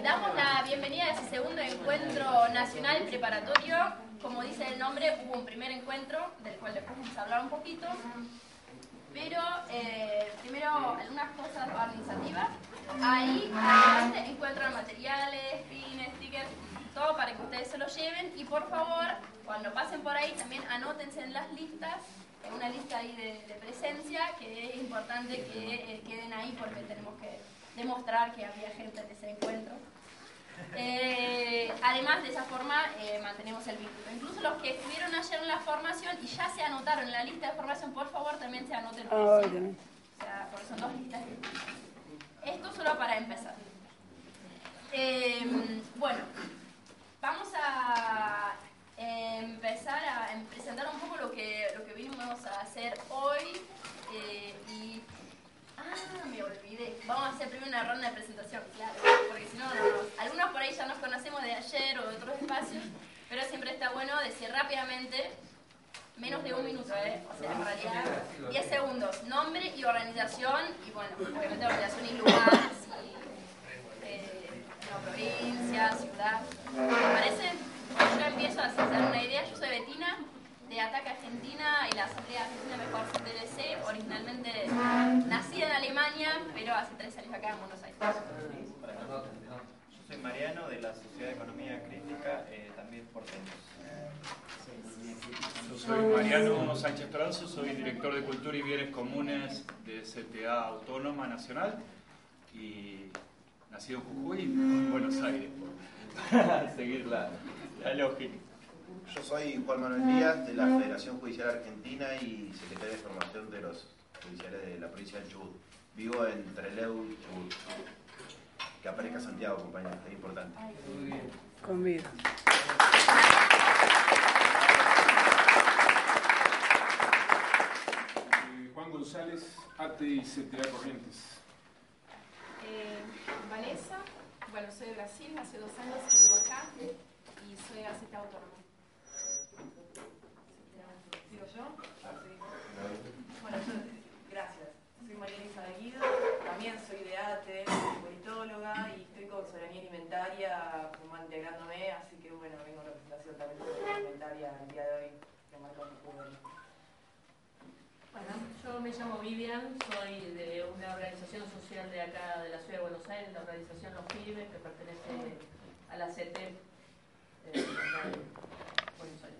Damos la bienvenida a ese segundo encuentro nacional preparatorio. Como dice el nombre, hubo un primer encuentro, del cual después vamos a hablar un poquito. Pero primero algunas cosas organizativas. Ahí encuentran materiales, pines, stickers, todo para que ustedes se lo lleven. Y por favor, cuando pasen por ahí, también anótense en las listas, en una lista ahí de presencia, que es importante que queden ahí porque tenemos que demostrar que había gente en ese encuentro. Además, de esa forma mantenemos el vínculo. Incluso los que estuvieron ayer en la formación y ya se anotaron en la lista de formación, por favor también se anoten hoy. ¿Sí? O sea, porque son dos listas distintas. Esto solo para empezar. Bueno, vamos a empezar a presentar un poco lo que vinimos a hacer hoy. Me olvidé. Vamos a hacer primero una ronda de presentación, claro, porque si no, algunos por ahí ya nos conocemos de ayer o de otros espacios, pero siempre está bueno decir rápidamente, menos de un minuto, o sea, en realidad 10 segundos, nombre y organización, y bueno, obviamente organización y lugar, provincia, ciudad. ¿Me parece? Yo empiezo a hacer una idea. Yo soy Betina, de Ataca Argentina y la Asamblea Argentina Mejor CTLC, originalmente nacida en Alemania, pero hace 3 años acá en Buenos Aires. Yo soy Mariano, de la Sociedad de Economía Crítica, también porteños. Yo soy Mariano Sánchez Toranzo, soy director de Cultura y Bienes Comunes de CTA Autónoma Nacional y nacido en Jujuy, en Buenos Aires, para seguir la lógica. Yo soy Juan Manuel Díaz, de la Federación Judicial Argentina y secretario de formación de los judiciales de la provincia del Chubut. Vivo en Trelew, Chubut. Que aparezca Santiago, compañeros, es importante. Muy bien. Convido. Juan González, ATE y CTA Corrientes. Vanessa, bueno, soy de Brasil, hace 2 años que vivo acá y soy de CTA Autónoma. ¿Digo yo? Bueno, gracias. Soy Mariana Isabel Guido, también soy de ATE, soy politóloga y estoy con soberanía alimentaria como integrándome, así que bueno, vengo en representación también de soberanía alimentaria el día de hoy, que marca un poco. Bueno, yo me llamo Vivian, soy de una organización social de acá de la ciudad de Buenos Aires, la organización Los Pibes, que pertenece a la CT de Buenos Aires.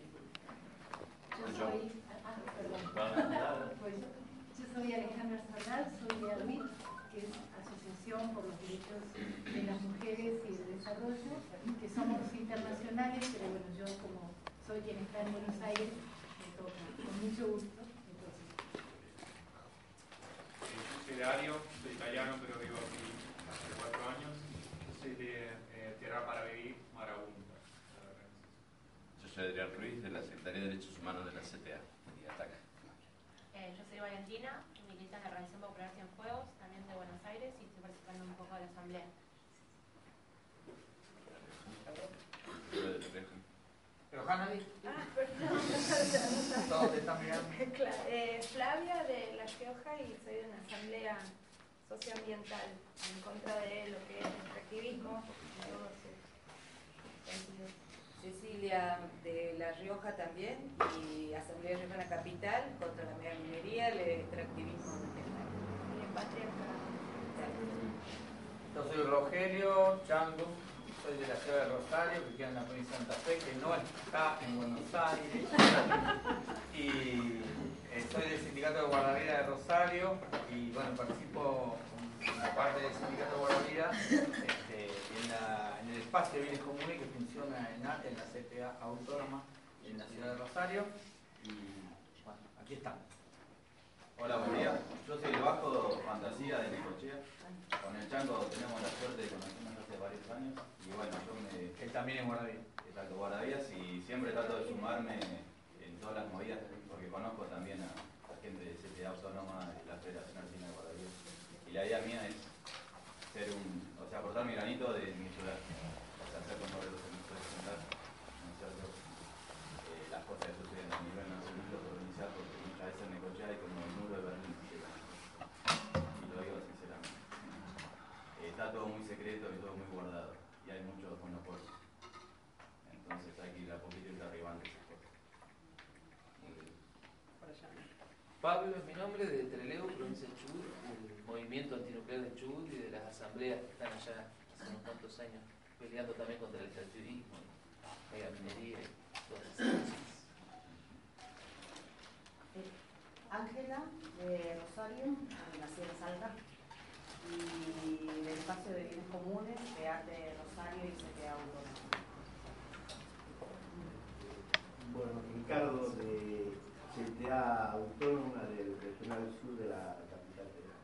Yo soy Alejandra Sardal, soy de ARMIT, que es Asociación por los Derechos de las Mujeres y el Desarrollo, que somos internacionales, pero bueno, yo como soy quien está en Buenos Aires, me toca con mucho gusto. Soy de Ario, soy italiano, pero vivo aquí hace 4 años. Soy de Tierra para Vivir, Marabunta. Yo soy Adrián Ruiz, de la Secretaría de Derechos Humanos de la CTA y Ataca. Yo soy Valentina, milita en la Organización Popular Cienfuegos, también de Buenos Aires, y estoy participando un poco de la asamblea. Todos te están mirando. Flavia de La Rioja y soy de una asamblea socioambiental en contra de lo que es el extractivismo. Cecilia de La Rioja también y Asamblea Riojana Capital contra la mega minería, el extractivismo ambiental. Y en Patriarca. Yo soy Rogelio Chango, soy de la ciudad de Rosario, que queda en la provincia de Santa Fe, que no está en Buenos Aires. Y soy del Sindicato de Guardavidas de Rosario y bueno, participo como parte del Sindicato de Guardavidas en el espacio de bienes comunes que funciona en ATE, en la CTA Autónoma, en la ciudad de Rosario. Y bueno, aquí estamos. Hola, buen día. Yo soy el Vasco Fantasía de Necochea. Con el Chango tenemos la suerte de conocernos hace varios años. Y bueno, Él también es guardavidas. Exacto, guardavidas, y siempre trato de sumarme en todas las movidas, porque conozco también a gente de CTA Autónoma, de la Federación Argentina de Guardavidas. Y la idea mía es aportar mi granito de mi ciudad. O sea, hacer con todo lo que nos puede presentar, ¿no es cierto? Las cosas que suceden a nivel nacional o provincial, porque muchas veces en Necochea hay como el muro de Berlín. Y lo digo sinceramente. Está todo muy secreto y todo muy guardado. Y y hay muchos buenos pueblos. Entonces hay que ir a poquito y derribando esas cosas. Pablo es mi nombre, de Trelew, provincia de Chubut, del movimiento antinuclear de Chubut y de las asambleas que están allá hace unos cuantos años peleando también contra el extractivismo, megaminería y todas esas cosas. Ángela, de Rosario, nací en Salta, y del espacio de bienes comunes de Arte de Rosario y CTA Autónoma. Bueno, Ricardo, de CTA Autónoma del Regional Sur de la Capital Federal.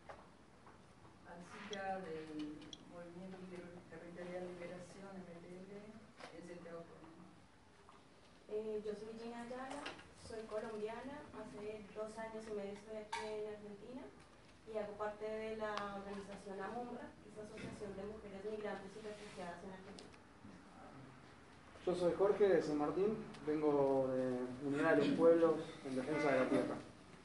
Ansica, del Movimiento Territorial de Liberación, MTL, en CTA Autónoma. Yo soy Gina Ayala, soy colombiana, hace 2 años y medio estoy aquí en Argentina y hago parte de la organización AMUMRA, que es la Asociación de Mujeres Migrantes y Refugiadas en Argentina. Yo soy Jorge de San Martín, vengo de Unidad de los Pueblos en Defensa de la Tierra.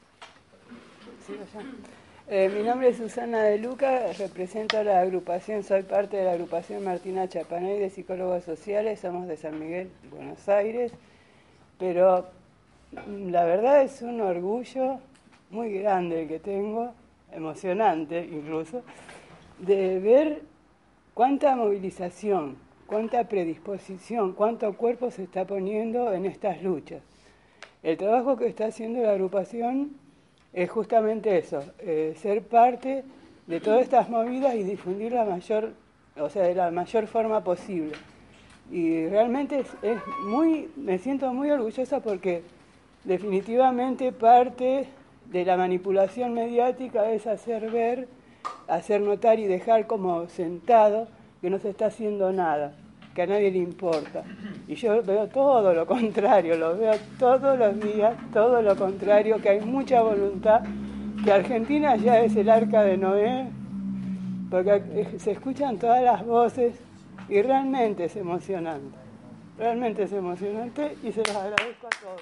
Mi nombre es Susana de Luca, represento a la agrupación, soy parte de la agrupación Martina Chapanay de Psicólogos Sociales, somos de San Miguel, Buenos Aires, pero la verdad es un orgullo muy grande el que tengo, emocionante incluso, de ver cuánta movilización, cuánta predisposición, cuánto cuerpo se está poniendo en estas luchas. El trabajo que está haciendo la agrupación es justamente eso, ser parte de todas estas movidas y difundir de la mayor forma posible. Y realmente me siento muy orgullosa porque definitivamente parte de la manipulación mediática es hacer ver, hacer notar y dejar como sentado que no se está haciendo nada, que a nadie le importa. Y yo veo todo lo contrario, lo veo todos los días, todo lo contrario, que hay mucha voluntad, que Argentina ya es el arca de Noé, porque se escuchan todas las voces y realmente es emocionante y se los agradezco a todos.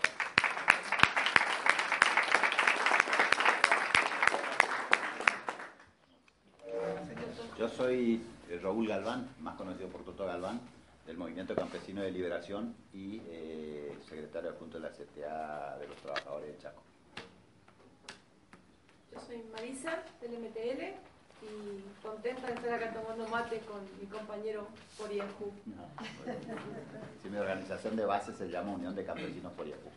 Yo soy Raúl Galván, más conocido por Toto Galván, del Movimiento Campesino de Liberación y secretario adjunto de la CTA de los Trabajadores de Chaco. Yo soy Marisa, del MTL, y contenta de estar acá tomando mate con mi compañero Poriajú. Sí, mi organización de base se llama Unión de Campesinos Poriajú.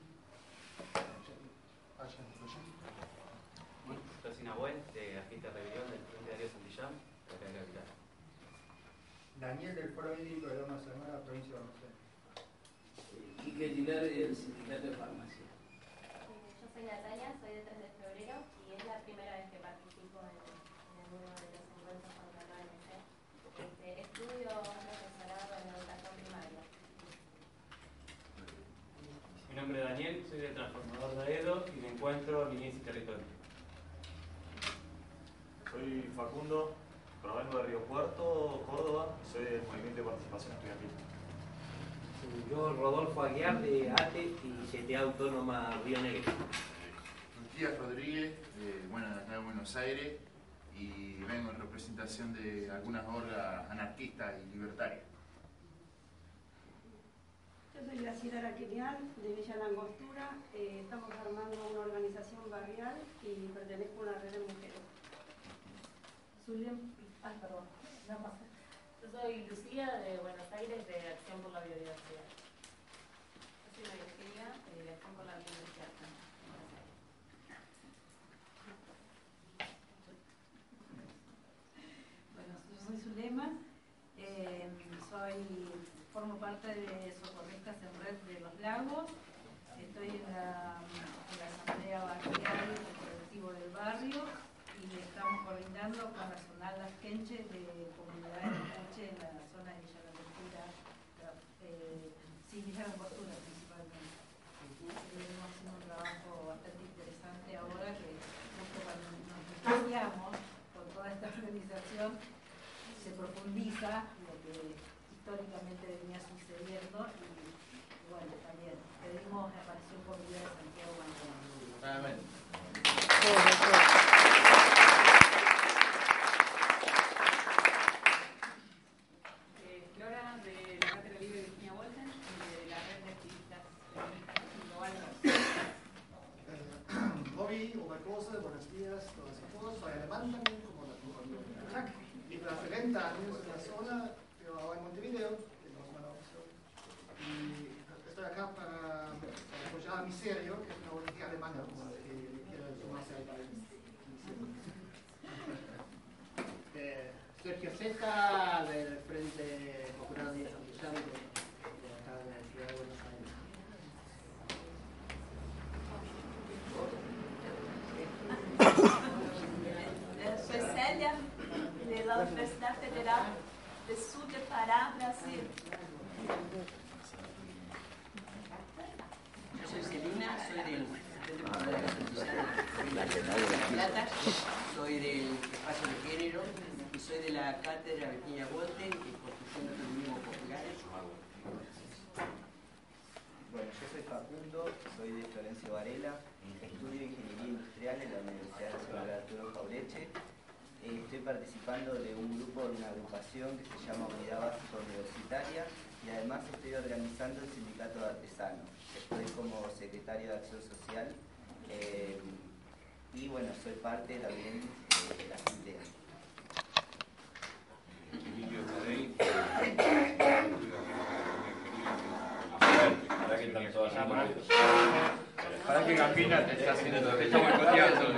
Yo soy Nahuel, de Agita Rebelión, del Frente de Darío Santillán, de acá en la capital. Daniel, del Foro Hídrico de Loma Sonora, provincia de Buenos Aires. Quique Aguilar, del Sindicato de Farmacia. Yo soy Natalia, soy de 3 de febrero y es la primera vez que participo en uno de los encuentros contra la OMC. Estudio profesorado en educación primaria. Mi nombre es Daniel, soy del Transformador de Aedo y me encuentro en Niñez y Territorio. Soy Facundo, provengo de Río Puerto, Córdoba, y soy del Movimiento de Participación Estudiantil. Yo, Rodolfo Aguiar, de ATE y CTA Autónoma Río Negro. Matías Rodríguez, de acá de Buenos Aires, y vengo en representación de algunas orgas anarquistas y libertarias. Yo soy Graciela Araquenial, de Villa Langostura. Estamos armando una organización barrial y pertenezco a una red de mujeres. Yo soy Lucía, de Buenos Aires, de Acción por la Biodiversidad. Yo soy María Eugenia, de Acción por la Biodiversidad en Buenos Aires. Bueno, yo soy Zulema, formo parte de Socorristas en Red de los Lagos, estoy en la Asamblea Barrial del Colectivo del Barrio y estamos coordinando con la Zonal Las Quenches de comunidades de Quenche en la zona de Villa Langostura, Villa Langostura principalmente. Estamos haciendo un trabajo bastante interesante ahora que justo cuando nos iniciamos con toda esta organización se profundiza lo que históricamente venía sucediendo y bueno, también pedimos la aparición por vía de Santiago Banco. 60 años en la zona, pero ahora en Montevideo, que no es una opción. Y estoy acá para apoyar a Miserio, que es una ONG alemana que quiere sumarse al país. Sergio Ceja, del Frente Popular de Santillán, de acá de la Ciudad de Buenos Aires. Soy Célia, de la Universidad Federal del Sur de Pará, Brasil. Yo soy Celina, soy del Frente Popular de Santillán de La Plata, soy del espacio de género y soy de la cátedra Virginia Woolf, Construcción de Feminismo Popular. Bueno, yo soy Facundo, soy de Florencio Varela, estudio Ingeniería Industrial en la Universidad Nacional Arturo Jauretche. Estoy participando de un grupo, de una agrupación que se llama Unidad Básica Universitaria y además estoy organizando el Sindicato de Artesanos. Estoy como secretario de Acción Social y bueno, soy parte también de la Asamblea. Emilio Tadei. Para que Gambina te está haciendo, te está boicoteando.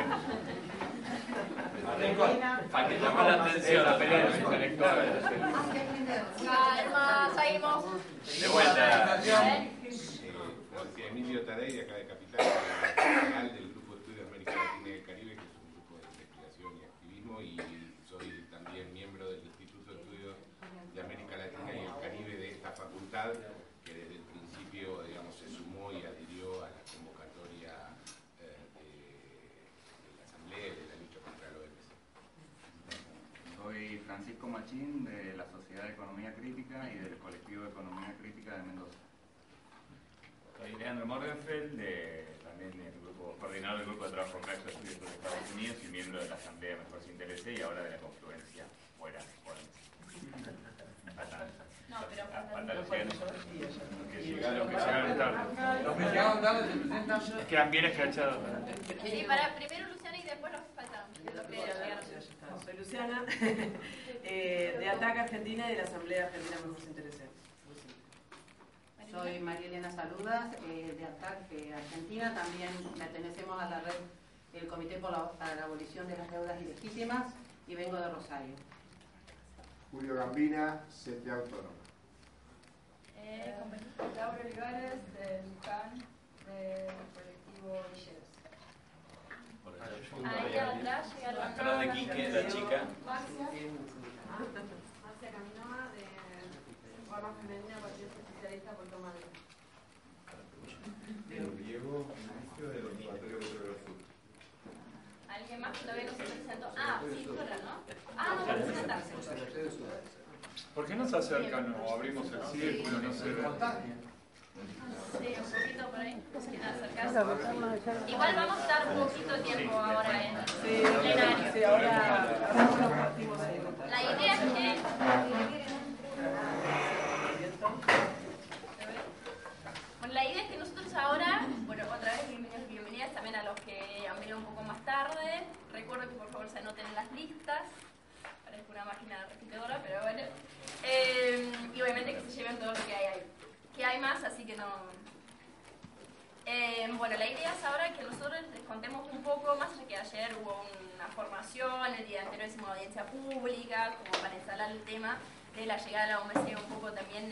Para que llame la atención la pelea de los intelectuales. Calma, seguimos. De vuelta. Emilio Tadei, de acá de Capital, general del Grupo de Estudios de América Latina y el Caribe, que es un grupo de investigación y activismo, y soy también miembro del Instituto de Estudios de América Latina y el Caribe de esta facultad, que desde el principio, digamos, se sumó y adhirió a la convocatoria de la Asamblea y de la lucha contra la OMC. Soy Francisco Machín, de la Sociedad de Economía Crítica y del Colectivo de Economía Crítica de Mendoza. Soy Leandro Morgenfeld, también coordinador del Grupo de Trabajo Praxis Estudios de Estados Unidos y miembro de la Asamblea Mejor Se Interese y ahora de la Confluencia fuera. No, pero los que llegaron tarde. Los que llegaron tarde se presentan. Es que también es cachado. Sí, para primero Luciana y después los que faltaron. Los que llegaron. Soy Luciana, de ATAC Argentina y de la Asamblea Argentina Mejor Se Interese. Soy María Elena Saludas, de ATAC Argentina. También pertenecemos a la red del Comité para la Abolición de las Deudas Ilegítimas y vengo de Rosario. Julio Gambina, CTA Autónoma. Laura Olivares, de Luján, del colectivo Villeros. Ahí atrás llegaron atrás de Quique, la chica. Marcia Caminoa, de Forma Femenina, Partido Socialista, Puerto Madre. Diego Ignacio, del Observatorio Petrolero Sur. ¿Alguien más que todavía no se presentó? Ah, sí, Flora, ¿no? Ah, no, para presentarse. ¿Por qué no se acercan o abrimos el círculo? No sé. Sí, un poquito por ahí. ¿Quieren acercarse? Igual vamos a dar un poquito de tiempo ahora en plenario. Sí, ahora la idea es que... Bueno, la idea es que nosotros ahora, bueno, otra vez bienvenidas también a los que han venido un poco más tarde. Recuerdo que por favor se anoten las listas. Parezco una máquina repetidora, pero bueno. Y obviamente que se lleven todo lo que hay ahí. Que hay más, así que no... bueno, la idea es ahora que nosotros les contemos un poco, más allá que ayer hubo una formación, el día anterior hicimos audiencia pública, como para instalar el tema de la llegada de la OMC un poco también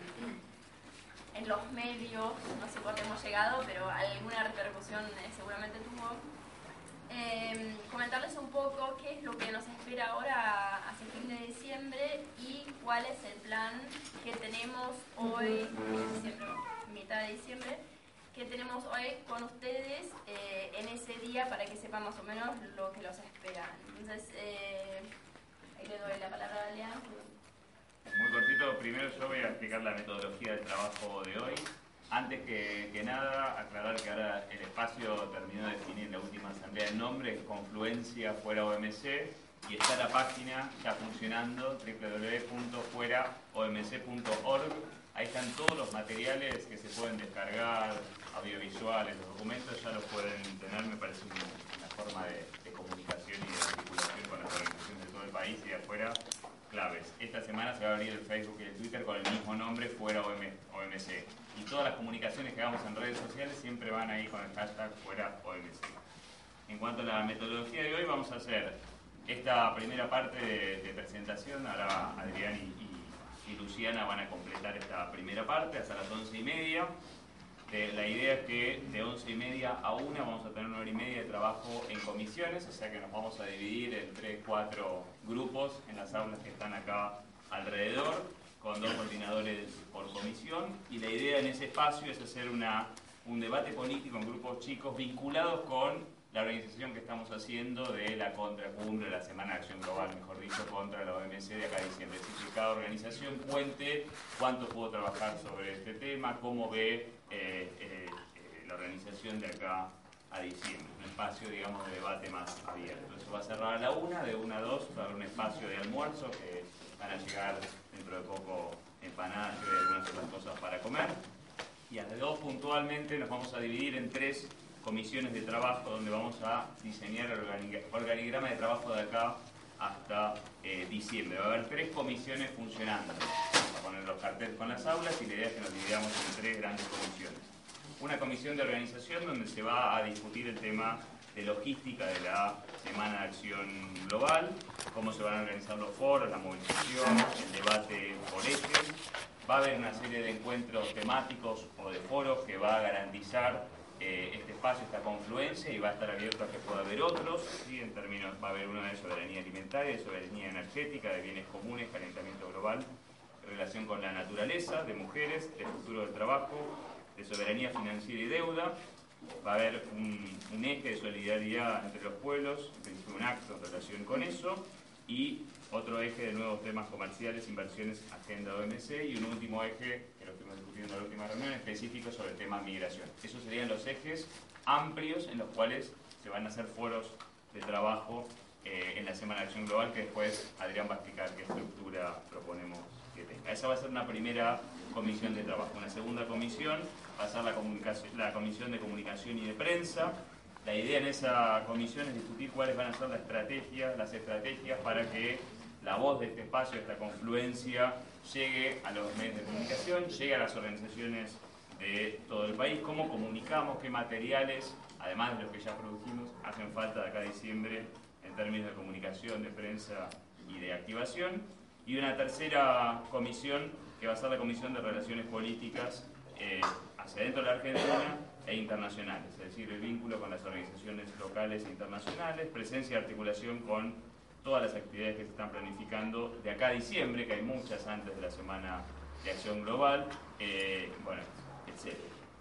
en los medios, no sé por qué hemos llegado, pero alguna repercusión seguramente tuvo. Comentarles un poco qué es lo que nos espera ahora hacia el fin de diciembre y cuál es el plan que tenemos hoy, mitad de diciembre, que tenemos hoy con ustedes en ese día para que sepan más o menos lo que los espera. Entonces, ahí le doy la palabra a Leandro. Muy cortito, primero yo voy a explicar la metodología del trabajo de hoy. Antes que nada, aclarar que ahora el espacio terminó de definir la última asamblea de nombre, es Confluencia Fuera OMC, y está la página ya funcionando, www.fueraomc.org. Ahí están todos los materiales que se pueden descargar, audiovisuales, los documentos ya los pueden tener, me parece una forma de comunicación y de articulación con las organizaciones de todo el país y de afuera esta semana se va a abrir el Facebook y el Twitter con el mismo nombre, fuera OMC. Y todas las comunicaciones que hagamos en redes sociales siempre van ahí con el hashtag fuera OMC. En cuanto a la metodología de hoy, vamos a hacer esta primera parte de presentación. Ahora Adrián y Luciana van a completar esta primera parte hasta las 11:30. La idea es que de 11:30 a 1 vamos a tener 1 hora y media de trabajo en comisiones, o sea que nos vamos a dividir en 3-4 grupos en las aulas que están acá alrededor, con 2 coordinadores por comisión, y la idea en ese espacio es hacer un debate político en grupos chicos vinculados con la organización que estamos haciendo de la contracumbre, la Semana de Acción Global, mejor dicho, contra la OMC de acá a diciembre. Es decir, que cada organización cuente cuánto pudo trabajar sobre este tema, cómo ve la organización de acá a diciembre. Un espacio, digamos, de debate más abierto. Eso va a cerrar a la 1, de 1 a 2 va a haber un espacio de almuerzo que van a llegar dentro de poco empanadas y algunas otras cosas para comer. Y a las 2 puntualmente nos vamos a dividir en 3 comisiones de trabajo donde vamos a diseñar el organigrama de trabajo de acá hasta diciembre. Va a haber 3 comisiones funcionando. Vamos a poner los carteles con las aulas y la idea es que nos dividamos en 3 grandes comisiones. Una comisión de organización donde se va a discutir el tema de logística de la Semana de Acción Global, cómo se van a organizar los foros, la movilización, el debate por ejes. Va a haber una serie de encuentros temáticos o de foros que va a garantizar este espacio, esta confluencia, y va a estar abierto a que pueda haber otros, ¿sí? En términos, va a haber uno de soberanía alimentaria, de soberanía energética, de bienes comunes, calentamiento global, relación con la naturaleza, de mujeres, de futuro del trabajo, de soberanía financiera y deuda. Va a haber un eje de solidaridad entre los pueblos, un acto en relación con eso, y otro eje de nuevos temas comerciales, inversiones, agenda OMC, y un último eje, que lo estuvimos discutiendo en la última reunión, específico sobre el tema migración. Esos serían los ejes amplios en los cuales se van a hacer foros de trabajo en la Semana de Acción Global, que después Adrián va a explicar qué estructura proponemos que tenga. Esa va a ser una primera comisión de trabajo. Una segunda comisión va a ser la comisión de comunicación y de prensa. La idea en esa comisión es discutir cuáles van a ser las estrategias para que la voz de este espacio, esta confluencia, llegue a los medios de comunicación, llegue a las organizaciones de todo el país, cómo comunicamos, qué materiales, además de los que ya produjimos, hacen falta de acá a diciembre en términos de comunicación, de prensa y de activación. Y una tercera comisión, que va a ser la Comisión de Relaciones Políticas hacia dentro de la Argentina e internacionales, es decir, el vínculo con las organizaciones locales e internacionales, presencia y articulación con todas las actividades que se están planificando de acá a diciembre, que hay muchas antes de la Semana de Acción Global, bueno, etc.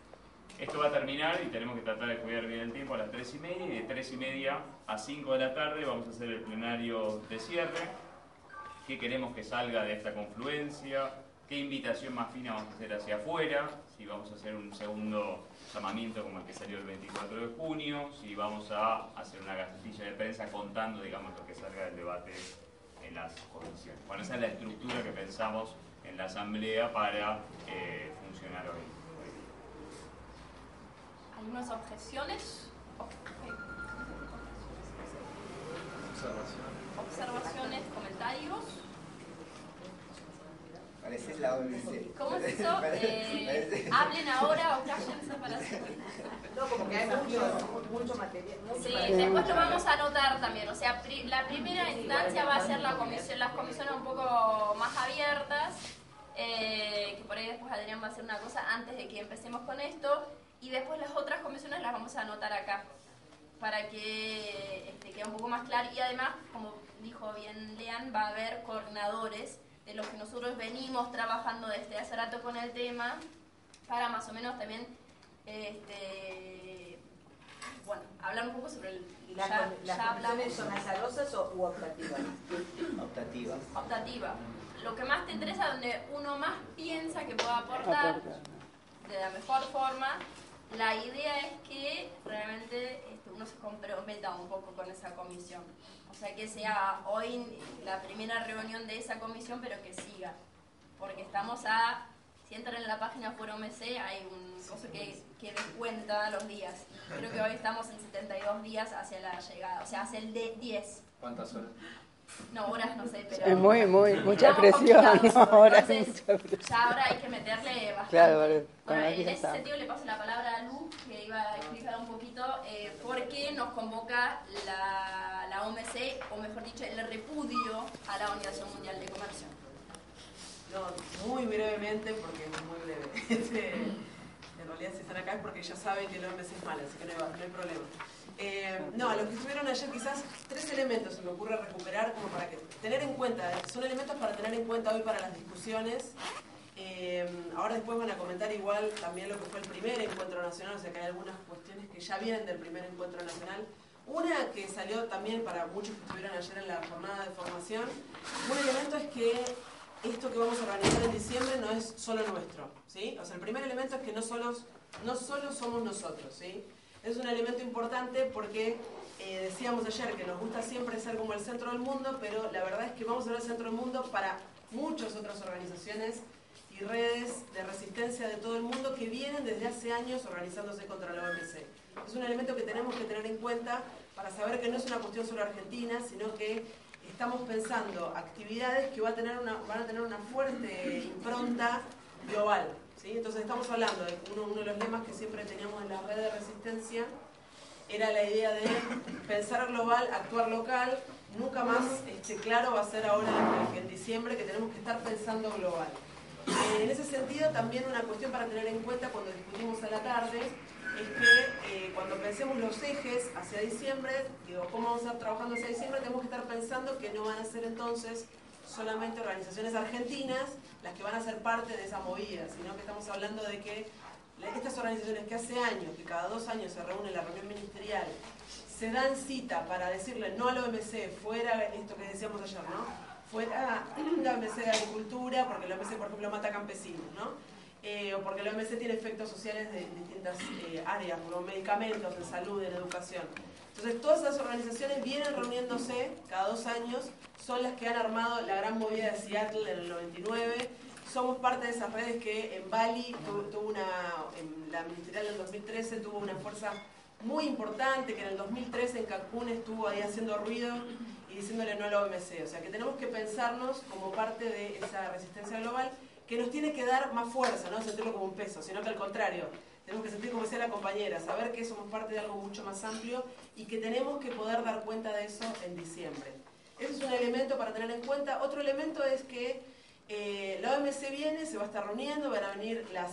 Esto va a terminar y tenemos que tratar de cuidar bien el tiempo a las 3:30, y de 3:30 a 5 de la tarde vamos a hacer el plenario de cierre. ¿Qué queremos que salga de esta confluencia? ¿Qué invitación más fina vamos a hacer hacia afuera? Si vamos a hacer un segundo llamamiento como el que salió el 24 de junio, si vamos a hacer una gacetilla de prensa contando, digamos, lo que salga del debate en las comisiones. Bueno, esa es la estructura que pensamos en la Asamblea para funcionar hoy. ¿Algunas objeciones? Observaciones, comentarios. Pareces la OMC. ¿Cómo es eso? Hablen ahora o cállense para siempre. No, como que hay mucho material. Sí, después lo vamos a anotar también. O sea, la primera instancia va a ser las comisiones un poco más abiertas, que por ahí después Adrián va a hacer una cosa antes de que empecemos con esto, y después las otras comisiones las vamos a anotar acá, para que quede un poco más claro. Y además, como dijo bien Lean, va a haber coordinadores de los que nosotros venimos trabajando desde hace rato con el tema, para más o menos también bueno, hablar un poco sobre el... ¿Las comisiones son azarosas u optativas? Optativas. Optativa. Lo que más te interesa, donde uno más piensa que pueda aportar de la mejor forma. La idea es que realmente uno se comprometa un poco con esa comisión. O sea, que sea hoy la primera reunión de esa comisión, pero que siga. Porque estamos si entran en la página Foro OMC, hay un cosa que descuenta los días. Creo que hoy estamos en 72 días hacia la llegada, o sea, hacia el 10. ¿Cuántas horas? No, horas no sé, pero... Es mucha estamos presión, complicados. ¿no? Ahora Entonces, mucha presión. ya ahora hay que meterle bastante. Claro, vale. Bueno, Aquí en ya ese está. sentido le paso la palabra a Lu, que iba a explicar un poquito por qué nos convoca la OMC, o mejor dicho, el repudio a la Organización Mundial de Comercio. No, muy brevemente, porque es muy breve. En realidad si están acá es porque ya saben que la OMC es mala, así que no hay problema. No, a los que estuvieron ayer quizás 3 elementos se me ocurre recuperar como para que tener en cuenta, son elementos para tener en cuenta hoy para las discusiones. Ahora después van a comentar igual también lo que fue el primer encuentro nacional, o sea que hay algunas cuestiones que ya vienen del primer encuentro nacional. Una que salió también para muchos que estuvieron ayer en la jornada de formación, un elemento es que esto que vamos a organizar en diciembre no es solo nuestro, ¿sí? O sea, el primer elemento es que no solo somos nosotros, ¿sí? Es un elemento importante porque decíamos ayer que nos gusta siempre ser como el centro del mundo, pero la verdad es que vamos a ser el centro del mundo para muchas otras organizaciones y redes de resistencia de todo el mundo que vienen desde hace años organizándose contra la OMC. Es un elemento que tenemos que tener en cuenta para saber que no es una cuestión solo argentina, sino que estamos pensando actividades que van a tener una fuerte impronta global, ¿sí? Entonces estamos hablando de uno de los lemas que siempre teníamos en la red de resistencia, era la idea de pensar global, actuar local. Nunca más claro va a ser ahora en diciembre que tenemos que estar pensando global. En ese sentido, también una cuestión para tener en cuenta cuando discutimos a la tarde es que cuando pensemos los ejes hacia diciembre, cómo vamos a estar trabajando hacia diciembre, tenemos que estar pensando que no van a ser entonces solamente organizaciones argentinas las que van a ser parte de esa movida, sino que estamos hablando de que estas organizaciones que hace años, que cada 2 años se reúnen en la reunión ministerial, se dan cita para decirle no a la OMC, fuera esto que decíamos ayer, ¿no? Fuera la OMC de agricultura, porque la OMC, por ejemplo, mata campesinos, ¿no? O porque la OMC tiene efectos sociales de distintas áreas, como medicamentos, en salud, en educación. Entonces, todas esas organizaciones vienen reuniéndose cada 2 años, son las que han armado la gran movida de Seattle en el 99. Somos parte de esas redes que en Bali en la ministerial del 2013 tuvo una fuerza muy importante, que en el 2013 en Cancún estuvo ahí haciendo ruido y diciéndole no a la OMC. O sea que tenemos que pensarnos como parte de esa resistencia global que nos tiene que dar más fuerza, no sentirlo como un peso, sino que al contrario, tenemos que sentir como decía la compañera, saber que somos parte de algo mucho más amplio y que tenemos que poder dar cuenta de eso en diciembre. Ese es un elemento para tener en cuenta. Otro elemento es que la OMC viene, se va a estar reuniendo, van a venir las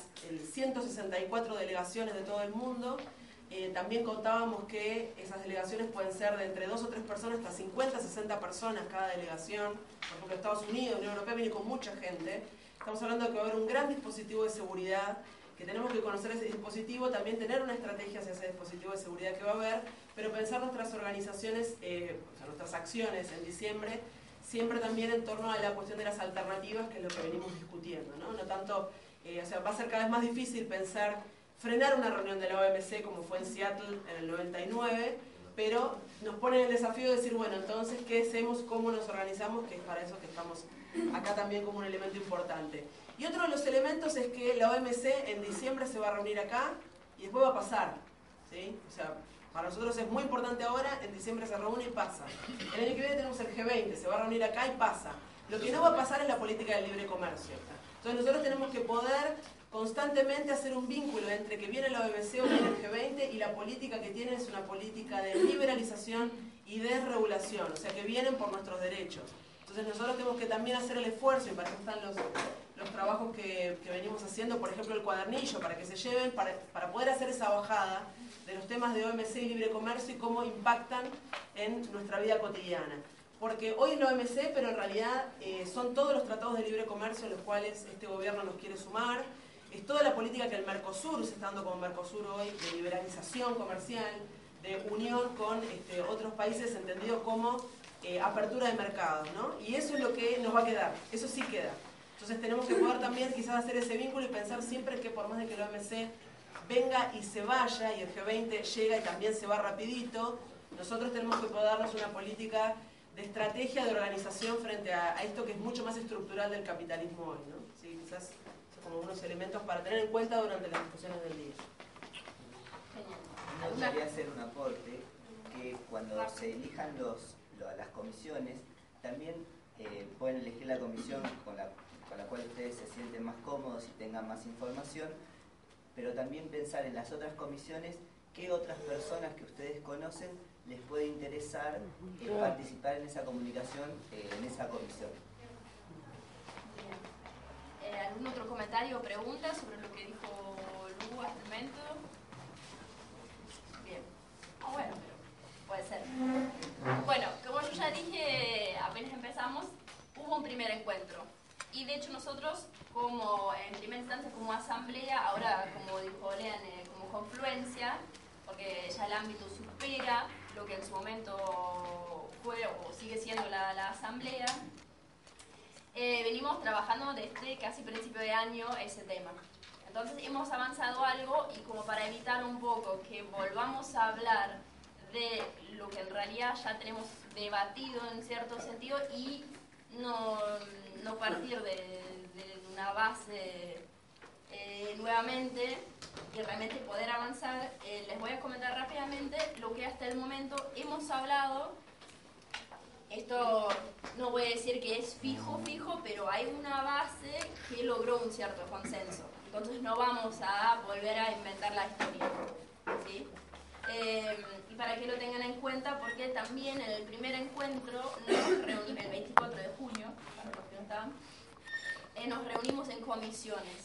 164 delegaciones de todo el mundo. También contábamos que esas delegaciones pueden ser de entre 2 o 3 personas hasta 50, 60 personas cada delegación. Por ejemplo, Estados Unidos, Unión Europea viene con mucha gente. Estamos hablando de que va a haber un gran dispositivo de seguridad, que tenemos que conocer ese dispositivo, también tener una estrategia hacia ese dispositivo de seguridad que va a haber, pero pensar nuestras organizaciones, o sea, nuestras acciones en diciembre, siempre también en torno a la cuestión de las alternativas, que es lo que venimos discutiendo, ¿no? No tanto, o sea, va a ser cada vez más difícil pensar frenar una reunión de la OMC como fue en Seattle en el 99, pero nos ponen el desafío de decir, bueno, entonces, ¿qué hacemos? ¿Cómo nos organizamos? Que es para eso que estamos acá también como un elemento importante. Y otro de los elementos es que la OMC en diciembre se va a reunir acá y después va a pasar, ¿sí? O sea, para nosotros es muy importante ahora, en diciembre se reúne y pasa. El año que viene tenemos el G20, se va a reunir acá y pasa. Lo que no va a pasar es la política del libre comercio. Entonces nosotros tenemos que poder constantemente hacer un vínculo entre que viene la OMC o viene el G20 y la política que tienen es una política de liberalización y desregulación, o sea que vienen por nuestros derechos. Entonces nosotros tenemos que también hacer el esfuerzo, y para eso están los trabajos que venimos haciendo, por ejemplo el cuadernillo, para que se lleven, para poder hacer esa bajada de los temas de OMC y libre comercio y cómo impactan en nuestra vida cotidiana. Porque hoy es la OMC, pero en realidad son todos los tratados de libre comercio a los cuales este gobierno nos quiere sumar. Es toda la política que el Mercosur se está dando como Mercosur hoy, de liberalización comercial, de unión con otros países, entendido como apertura de mercados, ¿no? Y eso es lo que nos va a quedar, eso sí queda. Entonces tenemos que poder también quizás hacer ese vínculo y pensar siempre que por más de que la OMC venga y se vaya, y el G20 llega y también se va rapidito, nosotros tenemos que poder darnos una política de estrategia de organización frente a esto que es mucho más estructural del capitalismo hoy, ¿no? Sí, quizás como unos elementos para tener en cuenta durante las discusiones del día. Me gustaría hacer un aporte, que cuando se elijan las comisiones, También pueden elegir la comisión con la cual ustedes se sienten más cómodos y tengan más información, pero también pensar en las otras comisiones, qué otras personas que ustedes conocen les puede interesar participar en esa comunicación, en esa comisión. ¿Algún otro comentario o pregunta sobre lo que dijo Lu hasta el momento? Bien. Bueno, pero puede ser. Bueno, como yo ya dije, apenas empezamos, hubo un primer encuentro. Y de hecho nosotros, como en primera instancia como asamblea, ahora como dijo Lean, como confluencia, porque ya el ámbito supera lo que en su momento fue o sigue siendo la asamblea, venimos trabajando desde casi principio de año ese tema. Entonces hemos avanzado algo y como para evitar un poco que volvamos a hablar de lo que en realidad ya tenemos debatido en cierto sentido y no partir de una base nuevamente y realmente poder avanzar, les voy a comentar rápidamente lo que hasta el momento hemos hablado. Esto no voy a decir que es fijo, pero hay una base que logró un cierto consenso. Entonces no vamos a volver a inventar la historia, ¿sí? Y para que lo tengan en cuenta, porque también en el primer encuentro, el 24 de junio, para los que no estaban, nos reunimos en comisiones.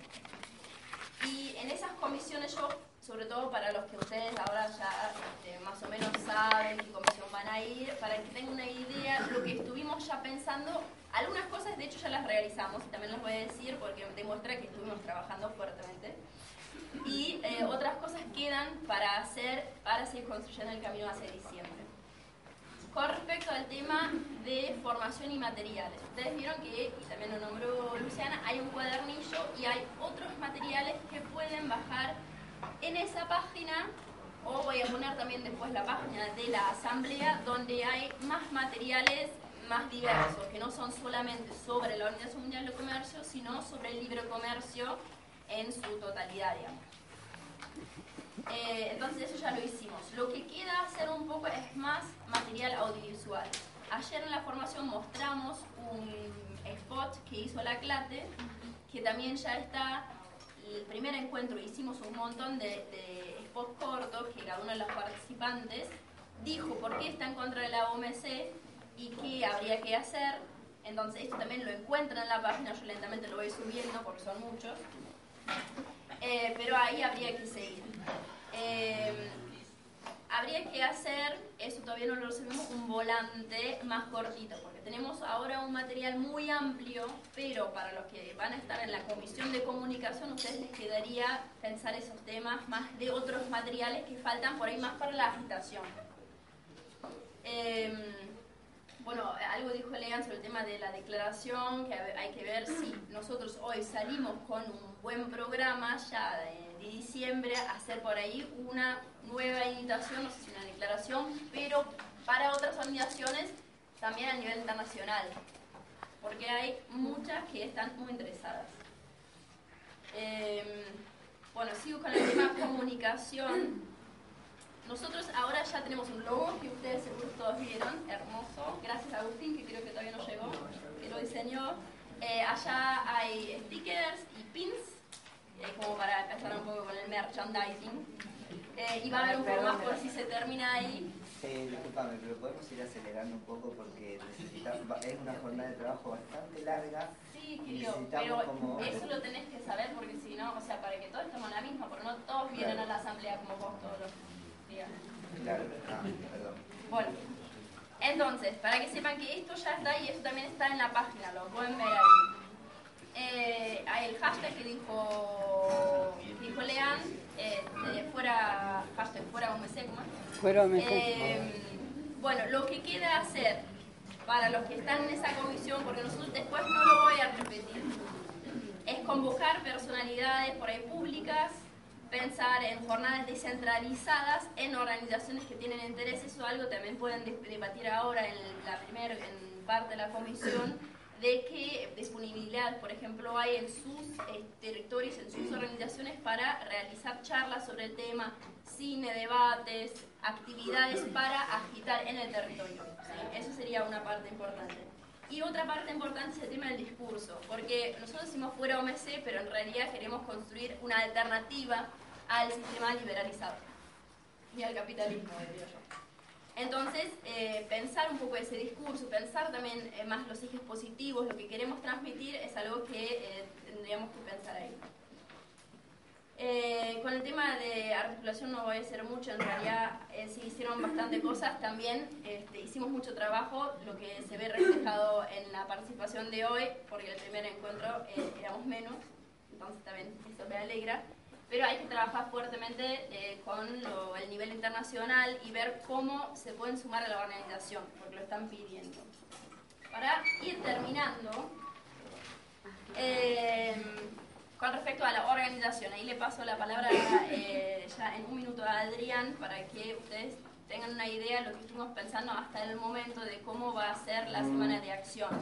Y en esas comisiones yo, sobre todo para los que ustedes ahora ya más o menos saben qué comisión van a ir, para que tengan una idea, lo que estuvimos ya pensando, algunas cosas de hecho ya las realizamos, y también les voy a decir porque demuestra que estuvimos trabajando fuertemente. Y otras cosas quedan para hacer, para seguir construyendo el camino hacia diciembre. Con respecto al tema de formación y materiales, ustedes vieron que, y también lo nombró Luciana, hay un cuadernillo y hay otros materiales que pueden bajar en esa página, o voy a poner también después la página de la asamblea, donde hay más materiales más diversos, que no son solamente sobre la Organización Mundial de Comercio, sino sobre el libre comercio en su totalidad, digamos. Entonces eso ya lo hicimos. Lo que queda hacer un poco es más material audiovisual. Ayer en la formación mostramos un spot que hizo la CLATE, que también ya está. El primer encuentro hicimos un montón de spots cortos que cada uno de los participantes dijo por qué está en contra de la OMC y qué habría que hacer. Entonces esto también lo encuentran en la página, yo lentamente lo voy subiendo porque son muchos. Pero ahí habría que seguir. Habría que hacer, eso todavía no lo resolvimos, un volante más cortito, porque tenemos ahora un material muy amplio, pero para los que van a estar en la comisión de comunicación, a ustedes les quedaría pensar esos temas más de otros materiales que faltan por ahí más para la agitación. Bueno, algo dijo Lean sobre el tema de la declaración, que hay que ver si nosotros hoy salimos con un buen programa ya de diciembre, hacer por ahí una nueva invitación, no sé si una declaración, pero para otras organizaciones también a nivel internacional, porque hay muchas que están muy interesadas. Bueno, sigo con el tema comunicación. Nosotros ahora ya tenemos un logo que ustedes seguro todos vieron, hermoso, gracias a Agustín, que creo que todavía no llegó, que lo diseñó. Allá hay stickers y pins, como para empezar un poco con el merchandising. Y va a haber un poco más por si se termina ahí. Disculpame, pero podemos ir acelerando un poco porque necesitamos, es una jornada de trabajo bastante larga. Sí, querido, pero como eso lo tenés que saber porque si no, o sea, para que todos estemos en la misma, porque no todos vienen a la asamblea como vos todos los días. Claro, perdón. Bueno, entonces, para que sepan que esto ya está y esto también está en la página, lo pueden ver ahí. Hay el hashtag que dijo Lean, hashtag fuera OMC, ¿cómo es? Fuera OMC. Bueno, lo que queda hacer para los que están en esa comisión, porque nosotros después no lo voy a repetir, es convocar personalidades por ahí públicas, pensar en jornadas descentralizadas en organizaciones que tienen interés. Eso algo también pueden debatir ahora en la primera parte de la comisión, de qué posibilidades, por ejemplo, hay en sus territorios, en sus organizaciones, para realizar charlas sobre el tema, cine, debates, actividades para agitar en el territorio. ¿Sí? Eso sería una parte importante. Y otra parte importante es el tema del discurso, porque nosotros decimos fuera OMC, pero en realidad queremos construir una alternativa al sistema liberalizado y al capitalismo, diría yo. Entonces, pensar un poco ese discurso, pensar también más los ejes positivos, lo que queremos transmitir, es algo que tendríamos que pensar ahí. Con el tema de articulación no voy a hacer mucho, en realidad sí hicieron bastante cosas, también hicimos mucho trabajo, lo que se ve reflejado en la participación de hoy, porque el primer encuentro éramos menos, entonces también eso me alegra. Pero hay que trabajar fuertemente con el nivel internacional y ver cómo se pueden sumar a la organización, porque lo están pidiendo. Para ir terminando, con respecto a la organización, ahí le paso la palabra ya en un minuto a Adrián para que ustedes tengan una idea de lo que estuvimos pensando hasta el momento de cómo va a ser la semana de acción.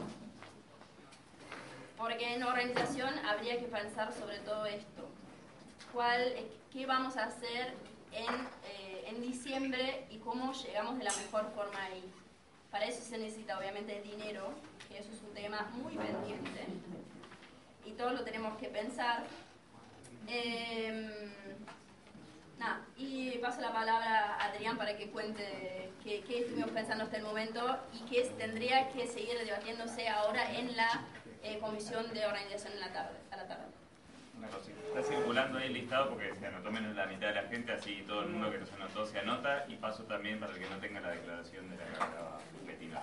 Porque en organización habría que pensar sobre todo esto. ¿Qué vamos a hacer en diciembre y cómo llegamos de la mejor forma ahí? Para eso se necesita obviamente dinero, que eso es un tema muy pendiente y todos lo tenemos que pensar. Y paso la palabra a Adrián para que cuente qué estuvimos pensando hasta el momento y qué tendría que seguir debatiéndose ahora en la comisión de organización a la tarde. Una cosita. Está circulando ahí el listado porque se anotó menos de la mitad de la gente, así todo el mundo que no se anotó se anota, y paso también para el que no tenga la declaración de la Cámara Betina.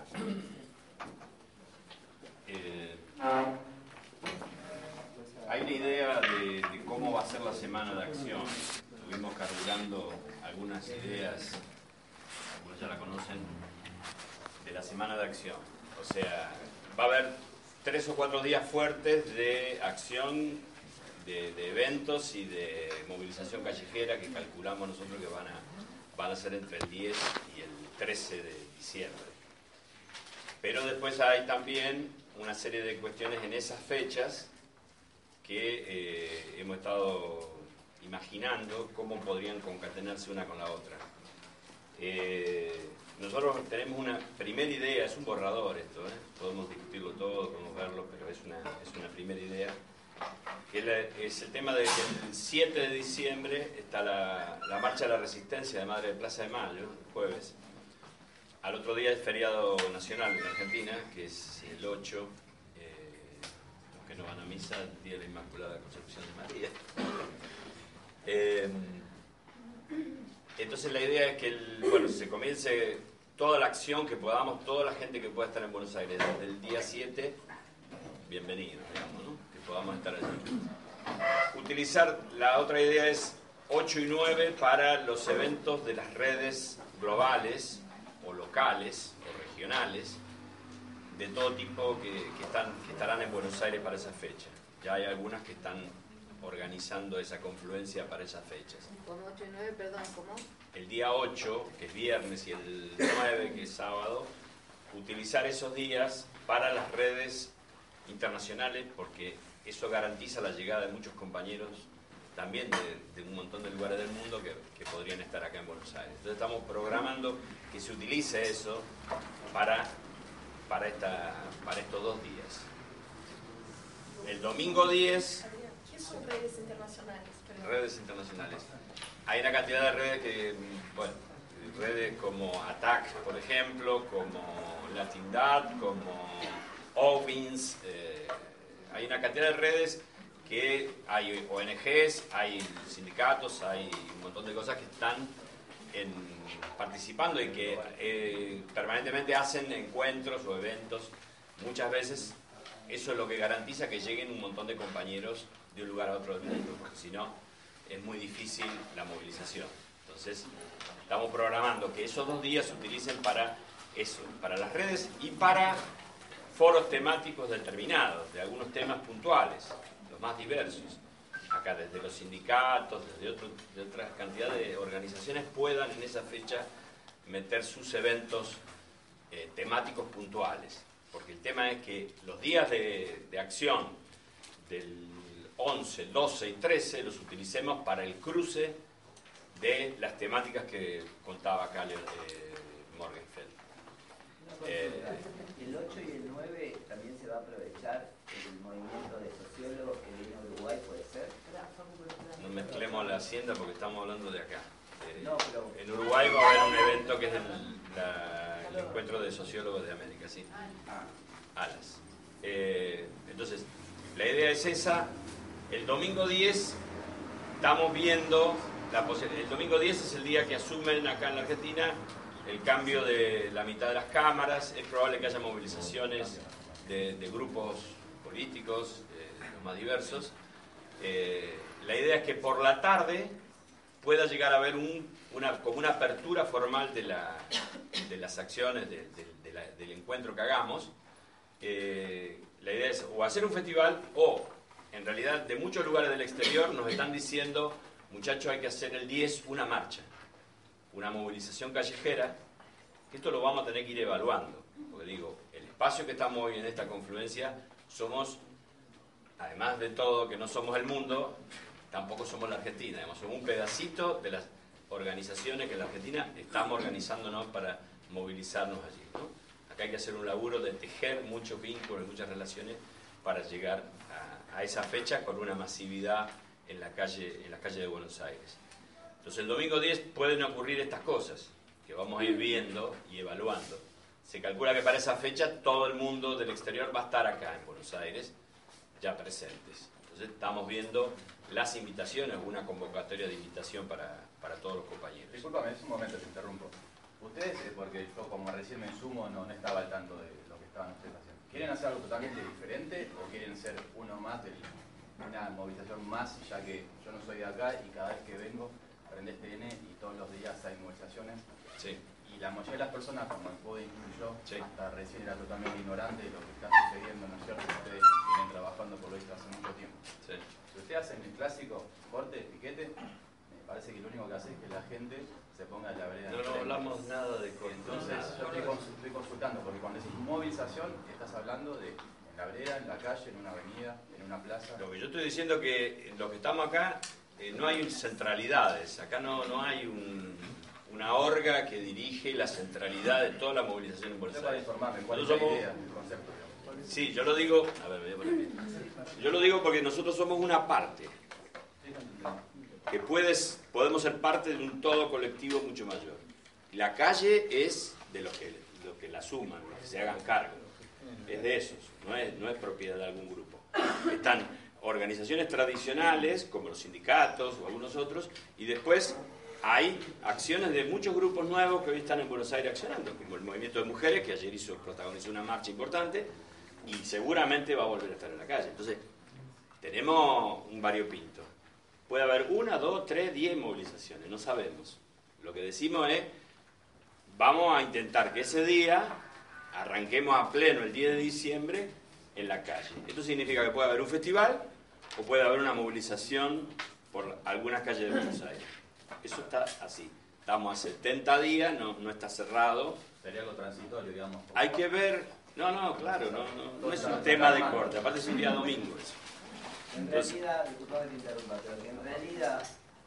Hay una idea de cómo va a ser la semana de acción. Estuvimos carburando algunas ideas, algunos ya la conocen, de la semana de acción. O sea, va a haber 3 o 4 días fuertes de acción, de eventos y de movilización callejera que calculamos nosotros que van a ser entre el 10 y el 13 de diciembre. Pero después hay también una serie de cuestiones en esas fechas que hemos estado imaginando cómo podrían concatenarse una con la otra. Nosotros tenemos una primera idea, es un borrador esto, podemos discutirlo todo, podemos verlo, pero es una primera idea, que es el tema de que el 7 de diciembre está la Marcha de la Resistencia de Madre de Plaza de Mayo, el jueves. Al otro día es feriado nacional en Argentina, que es el 8, los que no van a misa, el Día de la Inmaculada Concepción de María. Entonces la idea es que se comience toda la acción que podamos, toda la gente que pueda estar en Buenos Aires, desde el día 7, bienvenido, digamos, ¿no? Que podamos estar allí. Utilizar, la otra idea es 8 y 9 para los eventos de las redes globales o locales o regionales de todo tipo que estarán en Buenos Aires para esa fecha. Ya hay algunas que están organizando esa confluencia para esas fechas. ¿Cómo 8 y 9, perdón, cómo? El día 8, que es viernes, y el 9, que es sábado, utilizar esos días para las redes internacionales, porque eso garantiza la llegada de muchos compañeros también de un montón de lugares del mundo que podrían estar acá en Buenos Aires. Entonces estamos programando que se utilice eso para estos 2 días. El domingo 10... ¿Qué son redes internacionales? Redes internacionales. Hay una cantidad de redes que, redes como ATTAC, por ejemplo, como Latindad, como OVINS, hay una cantidad de redes que hay ONGs, hay sindicatos, hay un montón de cosas que están participando y que permanentemente hacen encuentros o eventos. Muchas veces eso es lo que garantiza que lleguen un montón de compañeros de un lugar a otro del mundo, porque si no es muy difícil la movilización. Entonces estamos programando que esos 2 días se utilicen para eso, para las redes y para foros temáticos determinados, de algunos temas puntuales, los más diversos. Acá desde los sindicatos, desde otra cantidad de organizaciones puedan en esa fecha meter sus eventos temáticos puntuales. porque el tema es que los días de acción del 11, 12 y 13 los utilicemos para el cruce de las temáticas que contaba acá Morgenfeld. El 8 y el 9 también se va a aprovechar el movimiento de sociólogos que viene a Uruguay, ¿puede ser? No mezclemos la hacienda porque estamos hablando de acá. No, pero... En Uruguay va a haber un evento que es el encuentro de sociólogos de América, sí. ALAS. Entonces, la idea es esa. El domingo 10 estamos viendo, el domingo 10 es el día que asumen acá en la Argentina el cambio de la mitad de las cámaras. Es probable que haya movilizaciones de grupos políticos, los más diversos. La idea es que por la tarde pueda llegar a haber como una apertura formal de las acciones del encuentro que hagamos. La idea es o hacer un festival o, en realidad, de muchos lugares del exterior nos están diciendo, muchachos, hay que hacer el 10 una marcha, una movilización callejera, que esto lo vamos a tener que ir evaluando. Porque digo, el espacio que estamos hoy en esta confluencia somos, además de todo, que no somos el mundo, tampoco somos la Argentina, digamos, somos un pedacito de las organizaciones que en la Argentina estamos organizándonos para movilizarnos allí, ¿no? Acá hay que hacer un laburo de tejer muchos vínculos, muchas relaciones para llegar a esa fecha con una masividad en las calles de Buenos Aires. Entonces el domingo 10 pueden ocurrir estas cosas que vamos a ir viendo y evaluando. Se calcula que para esa fecha todo el mundo del exterior va a estar acá en Buenos Aires, ya presentes. Entonces estamos viendo las invitaciones, una convocatoria de invitación para todos los compañeros. Discúlpame, es un momento, te interrumpo. Ustedes, porque yo como recién me sumo, no estaba al tanto de lo que estaban ustedes haciendo. ¿Quieren hacer algo totalmente diferente o quieren ser uno más de una movilización más, ya que yo no soy de acá y cada vez que vengo prendés TN y todos los días hay movilizaciones? Sí. Y la mayoría de las personas, como el puedo incluir yo, sí, hasta recién era totalmente ignorante de lo que está sucediendo, ¿no es cierto? Ustedes vienen trabajando por lo visto hace mucho tiempo. Sí. Si ustedes hacen el clásico corte, piquete, me parece que lo único que hace es que la gente se ponga en la vereda. No hablamos nada de corte. Entonces, yo estoy consultando, porque cuando decís movilización, estás hablando de en la vereda, en la calle, en una avenida, en una plaza. Lo que yo estoy diciendo es que los que estamos acá no hay centralidades, acá no hay una orga que dirige la centralidad de toda la movilización en Buenos Aires. ¿Cuál es la idea, el concepto? Sí, yo lo digo, a ver, me voy a poner bien. Yo lo digo porque nosotros somos una parte, que podemos ser parte de un todo colectivo mucho mayor. La calle es de los que la suman, los que se hagan cargo, es de esos, no es propiedad de algún grupo. Están organizaciones tradicionales, como los sindicatos o algunos otros, y después hay acciones de muchos grupos nuevos que hoy están en Buenos Aires accionando, como el Movimiento de Mujeres, que ayer protagonizó una marcha importante, y seguramente va a volver a estar en la calle. Entonces, tenemos un variopinto. Puede haber 1, 2, 3, 10 movilizaciones, no sabemos. Lo que decimos es, vamos a intentar que ese día arranquemos a pleno el 10 de diciembre en la calle. Esto significa que puede haber un festival o puede haber una movilización por algunas calles de Buenos Aires. Eso está así. Estamos a 70 días, no está cerrado. Sería algo transitorio, digamos. Hay que ver... No, claro, no es un tema de corte, aparte es un día domingo eso. En realidad, disculpa que te interrumpa, pero que en realidad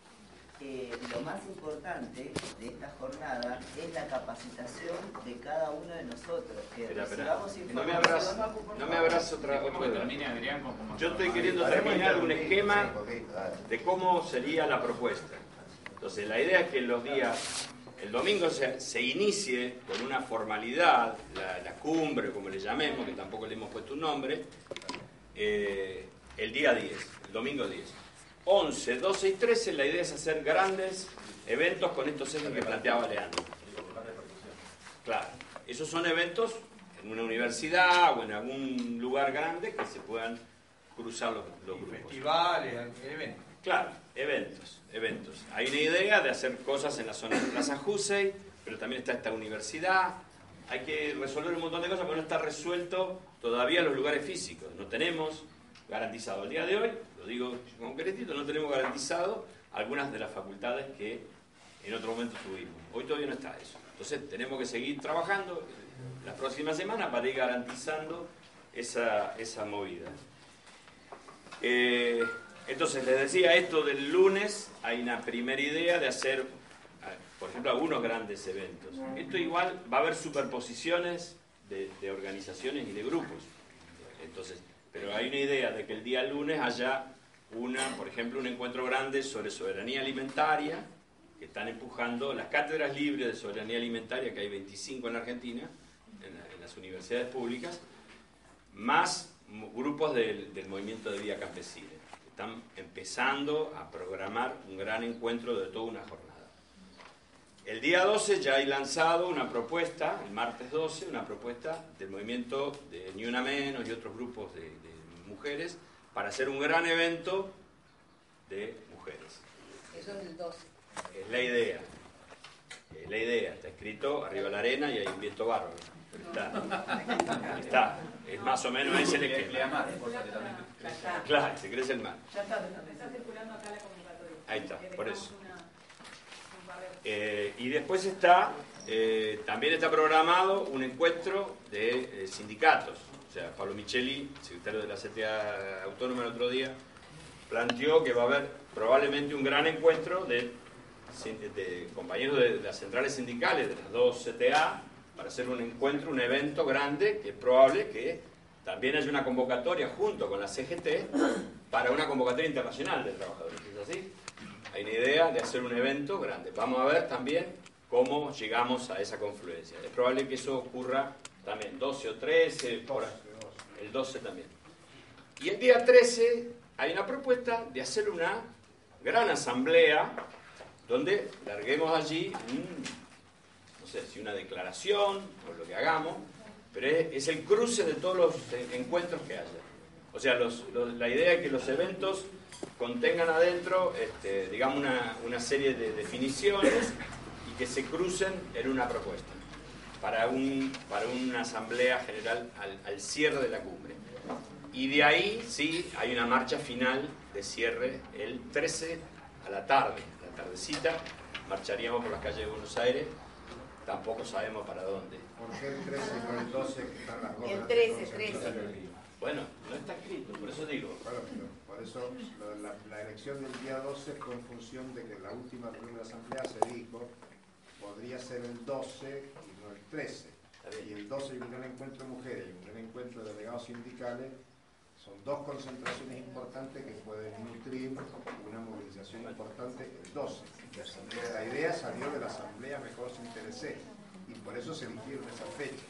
lo más importante de esta jornada es la capacitación de cada uno de nosotros. Que recibamos información. No me abras otra vez. Yo estoy queriendo terminar un esquema de cómo sería la propuesta. Entonces, la idea es que los días... El domingo se inicie con una formalidad, la cumbre, como le llamemos, que tampoco le hemos puesto un nombre, el día 10, el domingo 10. 11, 12 y 13 la idea es hacer grandes eventos con estos ejes que planteaba Leandro. Claro, esos son eventos en una universidad o en algún lugar grande que se puedan cruzar los grupos. Festivales, eventos. Claro, eventos. Hay una idea de hacer cosas en la zona de Plaza Jussey, pero también está esta universidad. Hay que resolver un montón de cosas, pero no está resuelto todavía los lugares físicos. No tenemos garantizado el día de hoy, lo digo concretito, no tenemos garantizado algunas de las facultades que en otro momento tuvimos. Hoy todavía no está eso. Entonces tenemos que seguir trabajando. la próxima semana para ir garantizando esa movida. Entonces, les decía esto del lunes, hay una primera idea de hacer, por ejemplo, algunos grandes eventos. Esto igual va a haber superposiciones de organizaciones y de grupos. Entonces, pero hay una idea de que el día lunes haya por ejemplo, un encuentro grande sobre soberanía alimentaria, que están empujando las cátedras libres de soberanía alimentaria, que hay 25 en la Argentina, en las universidades públicas, más grupos del movimiento de Vía Campesina. Están empezando a programar un gran encuentro de toda una jornada. El día 12 ya hay lanzado una propuesta, el martes 12, una propuesta del movimiento de Ni Una Menos y otros grupos de mujeres para hacer un gran evento de mujeres. Eso es el 12. Es la idea. Es la idea. Está escrito arriba de la arena y hay un viento bárbaro. Está. Es más o menos ese el esquema. Claro, se crece el mar. Ya está circulando acá la convocatoria. Ahí está, por eso. Y después también está programado un encuentro de sindicatos. O sea, Pablo Micheli, secretario de la CTA Autónoma el otro día, planteó que va a haber probablemente un gran encuentro de compañeros de las centrales sindicales, de las dos CTA, para hacer un encuentro, un evento grande, que es probable que también haya una convocatoria junto con la CGT para una convocatoria internacional de trabajadores. ¿Es así? Hay una idea de hacer un evento grande. Vamos a ver también cómo llegamos a esa confluencia. Es probable que eso ocurra también 12 o 13, el 12 también. Y el día 13 hay una propuesta de hacer una gran asamblea donde larguemos allí, no sé si una declaración o lo que hagamos, pero es el cruce de todos los encuentros que haya. O sea, la idea es que los eventos contengan adentro, digamos, una serie de definiciones y que se crucen en una propuesta para una asamblea general al cierre de la cumbre. Y de ahí, sí, hay una marcha final de cierre el 13 a la tarde, a la tardecita, marcharíamos por las calles de Buenos Aires, tampoco sabemos para dónde. ¿Por qué el 13 y no el 12 que están las dos? El 13. Bueno, no está escrito, por eso digo. Bueno, por eso la elección del día 12 fue en función de que la última reunión de la Asamblea se dijo podría ser el 12 y no el 13. Y el 12 hay un gran encuentro de mujeres y un gran encuentro de delegados sindicales. Son dos concentraciones importantes que pueden nutrir una movilización importante el 12. La idea salió de la Asamblea Mejor Sin TLC y por eso se eligieron esa fecha.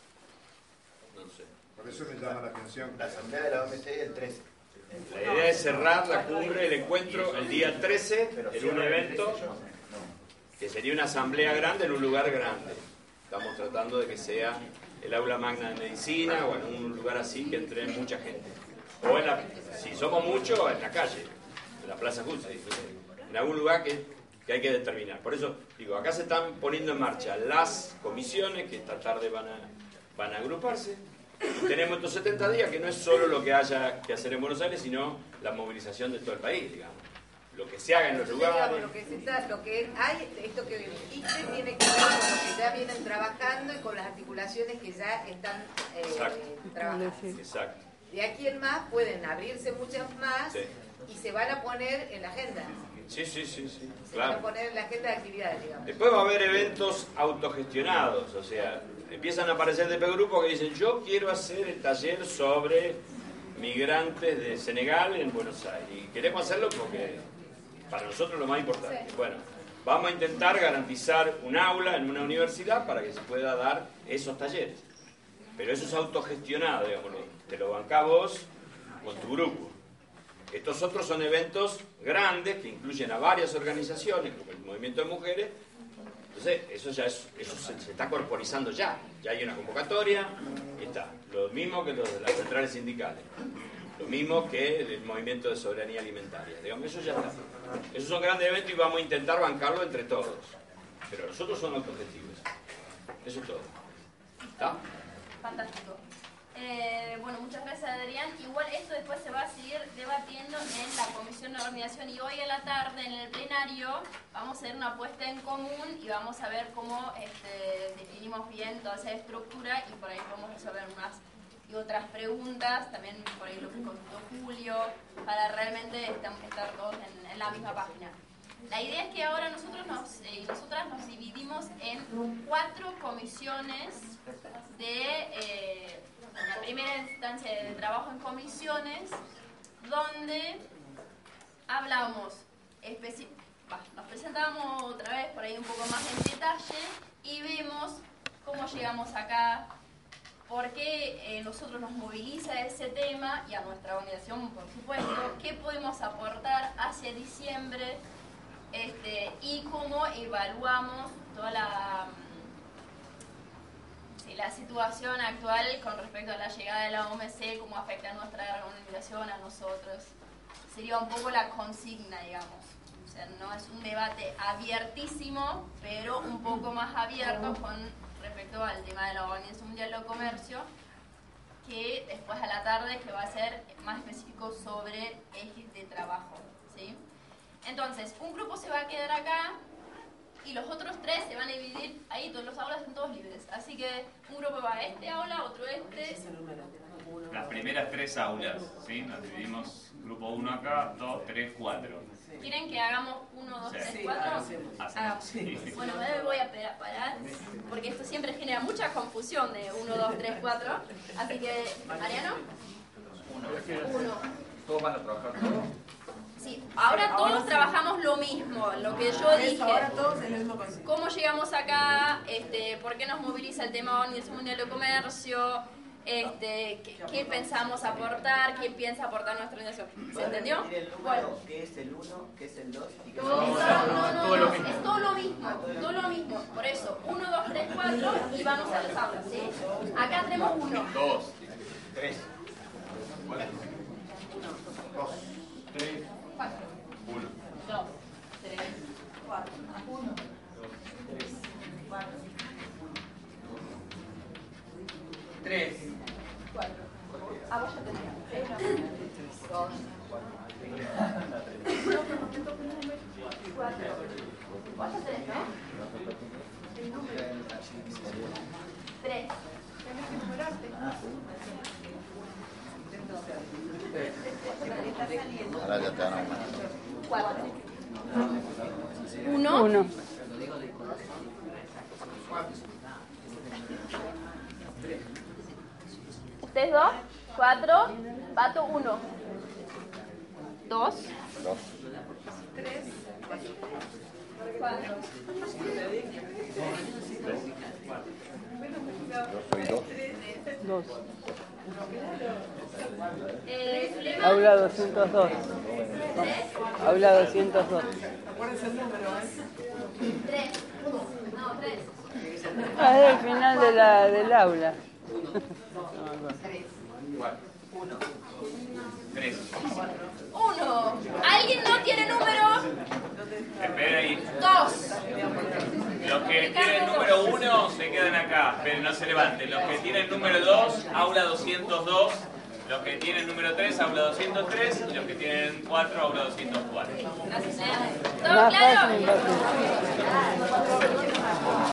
No sé. Por eso me llama la atención. La Asamblea de la OMC es el 13. La idea es cerrar la cumbre, el encuentro, el día 13, en un evento que sería una asamblea grande en un lugar grande. Estamos tratando de que sea el aula magna de medicina o en un lugar así que entre mucha gente. O si somos muchos, en la calle, en la Plaza Justicia, en algún lugar que hay que determinar. Por eso, digo, acá se están poniendo en marcha las comisiones que esta tarde van a agruparse. Y tenemos estos 70 días que no es solo lo que haya que hacer en Buenos Aires, sino la movilización de todo el país, digamos. Lo que se haga en los lugares. Lo que hay, esto que dijiste, tiene que ver con lo que ya vienen trabajando y con las articulaciones que ya están trabajando. Exacto. De aquí en más pueden abrirse muchas más y se van a poner en la agenda. Sí, Se van a poner en la agenda de actividades, digamos. Después va a haber eventos autogestionados, o sea, empiezan a aparecer DP grupos que dicen yo quiero hacer el taller sobre migrantes de Senegal en Buenos Aires y queremos hacerlo porque para nosotros es lo más importante. Bueno, vamos a intentar garantizar un aula en una universidad para que se pueda dar esos talleres. Pero eso es autogestionado, digamos, te lo bancás vos con tu grupo. Estos otros son eventos grandes que incluyen a varias organizaciones, como el Movimiento de Mujeres. Entonces, eso se está corporizando ya. Ya hay una convocatoria, está. Lo mismo que los de las centrales sindicales. Lo mismo que el Movimiento de Soberanía Alimentaria. Digamos, eso ya está. Esos son grandes eventos y vamos a intentar bancarlo entre todos. Pero los otros son autoobjetivos. Eso es todo. ¿Está? Fantástico. Bueno, muchas gracias, Adrián. Igual esto después se va a seguir debatiendo en la comisión de organización y hoy a la tarde en el plenario vamos a hacer una puesta en común y vamos a ver cómo definimos bien toda esa estructura y por ahí podemos resolver unas y otras preguntas, también por ahí lo que contó Julio, para realmente estar todos en la misma página. La idea es que ahora nosotros nosotras nos dividimos en 4 comisiones de la primera instancia de trabajo en comisiones, donde hablamos, nos presentamos otra vez por ahí un poco más en detalle y vemos cómo llegamos acá, por qué nosotros nos moviliza ese tema y a nuestra organización, por supuesto, qué podemos aportar hacia diciembre y cómo evaluamos toda la situación actual con respecto a la llegada de la OMC, cómo afecta a nuestra organización, a nosotros. Sería un poco la consigna, digamos. O sea, no es un debate abiertísimo, pero un poco más abierto con respecto al tema de la Organización Mundial del Comercio, que después a la tarde que va a ser más específico sobre ejes de trabajo, ¿sí? Entonces, un grupo se va a quedar acá y los otros 3 se van a dividir ahí, todos los aulas son todos libres. Así que un grupo va a este aula, otro Las primeras 3 aulas, ¿sí? Nos dividimos grupo 1 acá, 2, 3, 4. ¿Quieren que hagamos 1, 2, 3, 4? Hacemos. Bueno, me voy a parar, porque esto siempre genera mucha confusión de 1, 2, 3, 4. Así que, Mariano. 1. ¿Todos van a trabajar todos? Sí, ahora todos trabajamos lo mismo, lo que yo dije. Ahora todos en el mismo concepto. ¿Cómo llegamos acá? ¿Por qué nos moviliza el tema de la Organización Mundial del Comercio? ¿Qué pensamos aportar? ¿Quién piensa aportar nuestra organización? ¿Se entendió? Bueno. ¿Qué es el 1? ¿Qué es el 2? ¿Y qué es el No, es todo lo mismo, todo lo mismo. Por eso, 1, 2, 3, 4 y vamos a las aulas, ¿sí? Acá tenemos 1. 2, 3, 4, 2, 3, 4, 1, 2, 3, 4, 1, 3, 4, 3, 4. Ah, vos ya tenías. 2, 4. Vos ya tenés, ¿no? 3. Tenés que numerarte. Ahora ya te van a aumentar. 4. 1. Ustedes 2, 4, Pato 1. 2, 3, 4. Yo soy 2. 2. Aula 202. Aula 202. Acuérdense el número, 3. No, 3. Ah, es el final del aula. 3. 1. ¿Alguien no tiene número? Espera ahí. 2. Los que tienen número 1 se quedan acá, pero no se levanten. Los que tienen número 2, aula 202. Los que tienen número 3, aula 203. Y los que tienen 4, aula 204. Gracias. ¿Todo claro?